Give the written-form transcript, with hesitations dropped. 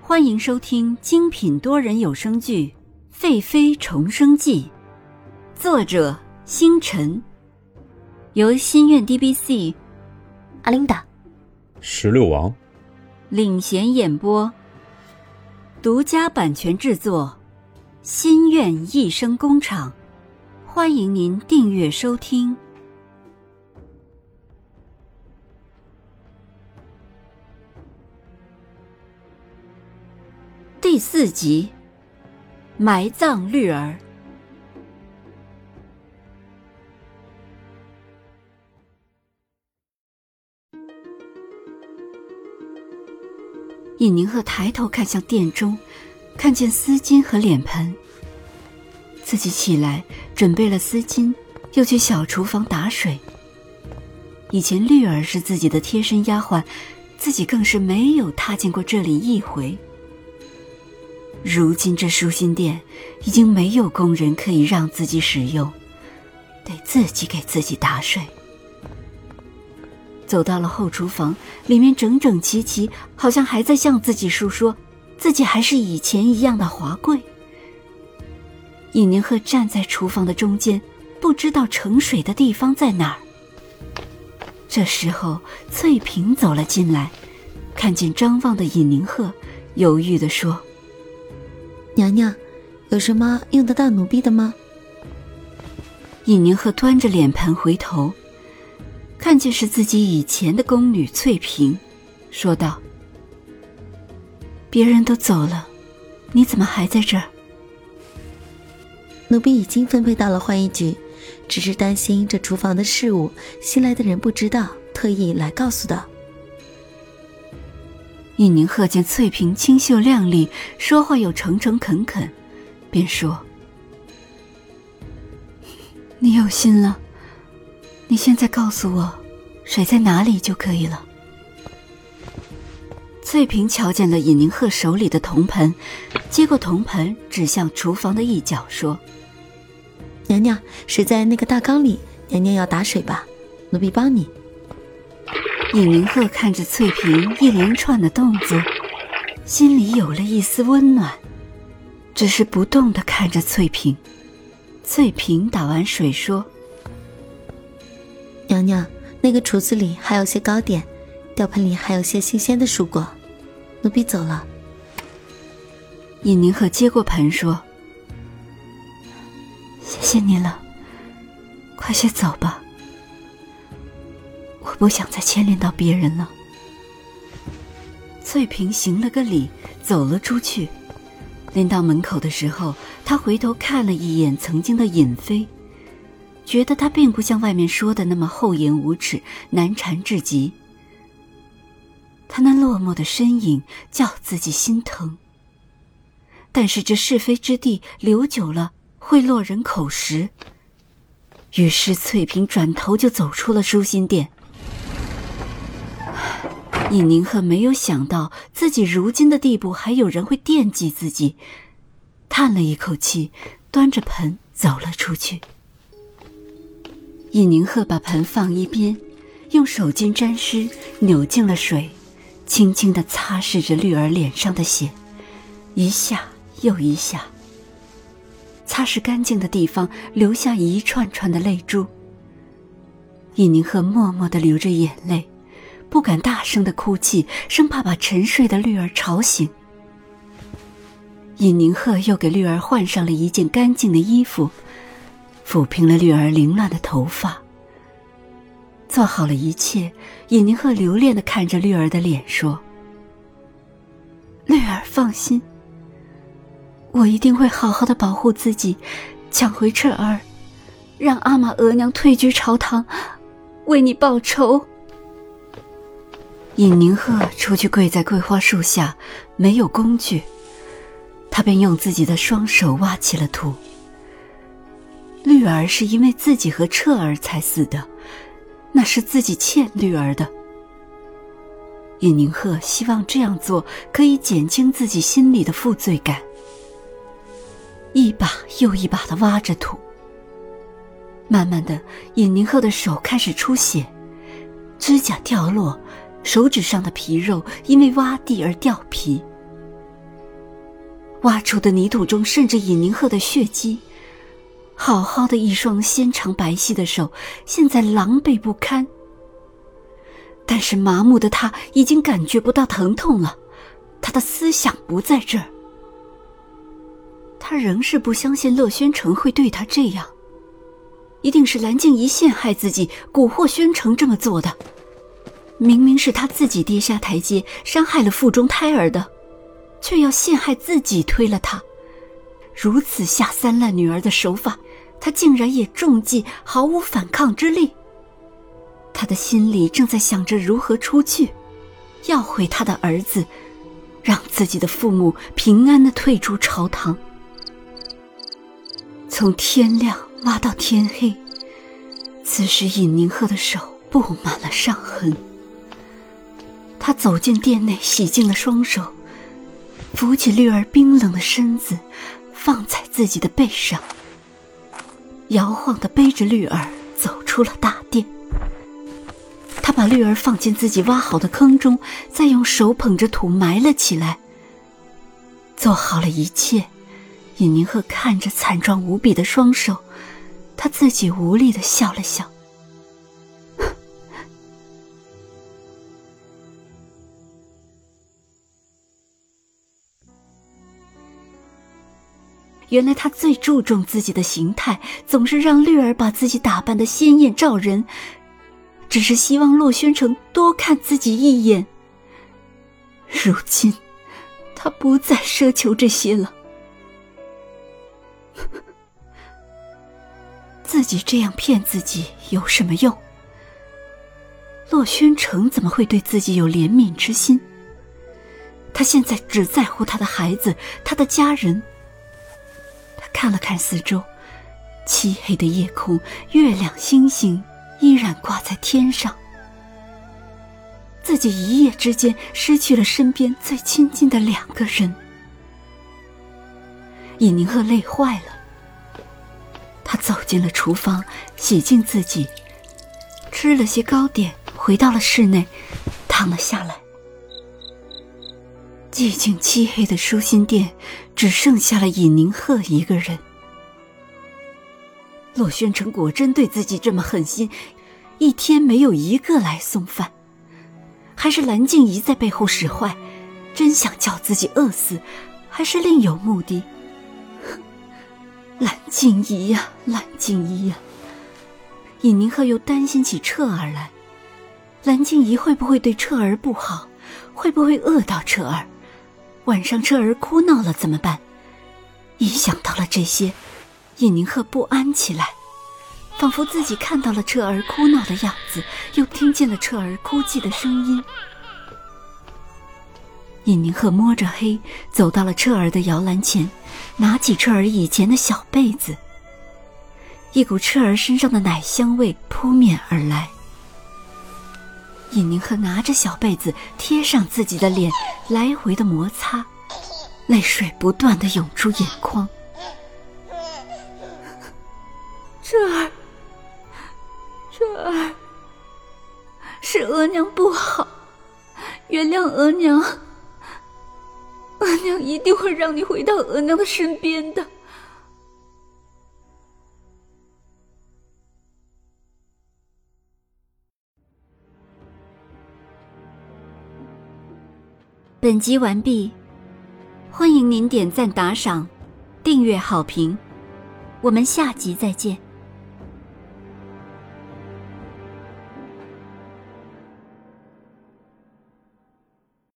欢迎收听精品多人有声剧《废妃重生记》，作者星辰，由心愿 DBC、阿琳达、 16王领衔演播，独家版权制作，心愿一声工厂。欢迎您订阅收听。第4集，埋葬绿儿。尹宁鹤抬头看向殿中，看见丝巾和脸盆。自己起来准备了丝巾，又去小厨房打水。以前绿儿是自己的贴身丫鬟，自己更是没有踏进过这里一回。如今这舒心殿已经没有工人可以让自己使用，得自己给自己打水。走到了后厨房，里面整整齐齐，好像还在向自己述说自己还是以前一样的华贵。尹宁鹤站在厨房的中间，不知道盛水的地方在哪儿。这时候翠萍走了进来，看见张望的尹宁鹤，犹豫地说： 娘娘，有什么用得到奴婢的吗？ 尹宁鹤端着脸盆回头，看见是自己以前的宫女翠萍，说道：别人都走了，你怎么还在这儿？ 奴婢已经分配到了浣衣局，只是担心这厨房的事务新来的人不知道，特意来告诉的。 尹宁鹤见翠萍清秀靓丽，说话又诚诚恳恳，便说：你有心了，你现在告诉我水在哪里就可以了。翠萍瞧见了尹宁鹤手里的铜盆，接过铜盆指向厨房的一角，说： 娘娘，水在那个大缸里，娘娘要打水吧，奴婢帮你。 尹宁鹤看着翠萍一连串的动作，心里有了一丝温暖，只是不动地看着翠萍。翠萍打完水说： 娘娘，那个橱子里还有些糕点，吊盆里还有些新鲜的蔬果，奴婢走了。 尹宁鹤接过盆说：谢谢你了，快些走吧，我不想再牵连到别人了。翠萍行了个礼，走了出去。临到门口的时候，她回头看了一眼曾经的尹妃，觉得她并不像外面说的那么厚颜无耻、难缠至极。她那落寞的身影叫自己心疼。但是这是非之地留久了会落人口实，于是翠萍转头就走出了舒心殿。尹宁鹤没有想到自己如今的地步还有人会惦记自己，叹了一口气，端着盆走了出去。尹宁鹤把盆放一边，用手巾沾湿，扭进了水，轻轻地擦拭着绿儿脸上的血，一下又一下。擦拭干净的地方留下一串串的泪珠。尹宁鹤默默地流着眼泪，不敢大声地哭泣，生怕把沉睡的绿儿吵醒。尹宁鹤又给绿儿换上了一件干净的衣服，抚平了绿儿凌乱的头发。做好了一切，尹宁鹤留恋地看着绿儿的脸说：绿儿放心，我一定会好好的保护自己，抢回彻儿，让阿玛额娘退居朝堂，为你报仇。尹宁鹤出去跪在桂花树下，没有工具，他便用自己的双手挖起了土。绿儿是因为自己和彻儿才死的，那是自己欠绿儿的。尹宁鹤希望这样做可以减轻自己心里的负罪感，一把又一把地挖着土。慢慢的，尹宁鹤的手开始出血，指甲掉落，手指上的皮肉因为挖地而掉皮。 挖出的泥土中渗着尹宁鹤的血迹，好好的一双纤长白皙的手现在狼狈不堪。但是麻木的他已经感觉不到疼痛了，他的思想不在这儿。他仍是不相信乐宣城会对他这样，一定是蓝静怡陷害自己，蛊惑宣城这么做的。明明是他自己跌下台阶，伤害了腹中胎儿的，却要陷害自己，推了他。如此下三滥女儿的手法，他竟然也中计，毫无反抗之力。他的心里正在想着如何出去，要回他的儿子，让自己的父母平安地退出朝堂。从天亮挖到天黑，此时尹宁鹤的手布满了伤痕。他走进店内，洗净了双手，扶起绿儿冰冷的身子，放在自己的背上，摇晃地背着绿儿走出了大殿。他把绿儿放进自己挖好的坑中，再用手捧着土埋了起来。做好了一切，尹宁鹤看着惨状无比的双手，他自己无力地笑了笑。原来他最注重自己的形态，总是让绿儿把自己打扮得鲜艳照人，只是希望洛宣城多看自己一眼。如今他不再奢求这些了。自己这样骗自己有什么用？洛宣城怎么会对自己有怜悯之心？他现在只在乎他的孩子，他的家人。他看了看四周，漆黑的夜空，月亮星星依然挂在天上。自己一夜之间失去了身边最亲近的2个人。尹宁鹤累坏了，他走进了厨房，洗净自己，吃了些糕点，回到了室内，躺了下来。寂静漆黑的舒心殿只剩下了尹宁鹤一个人。洛宣城果真对自己这么狠心，一天没有一个来送饭。还是蓝静怡在背后使坏，真想叫自己饿死，还是另有目的？蓝静怡呀，蓝静怡呀！尹宁鹤又担心起彻儿来，蓝静怡会不会对彻儿不好？会不会饿到彻儿？晚上彻儿哭闹了怎么办？一想到了这些，尹宁鹤不安起来，仿佛自己看到了彻儿哭闹的样子，又听见了彻儿哭泣的声音。尹宁鹤摸着黑走到了彻儿的摇篮前，拿起彻儿以前的小被子，一股彻儿身上的奶香味扑面而来。尹宁鹤拿着小被子贴上自己的脸，来回的摩擦，泪水不断的涌出眼眶。彻儿，彻儿，是额娘不好，原谅额娘，额娘一定会让你回到额娘的身边的。本集完毕，欢迎您点赞打赏、订阅好评，我们下集再见。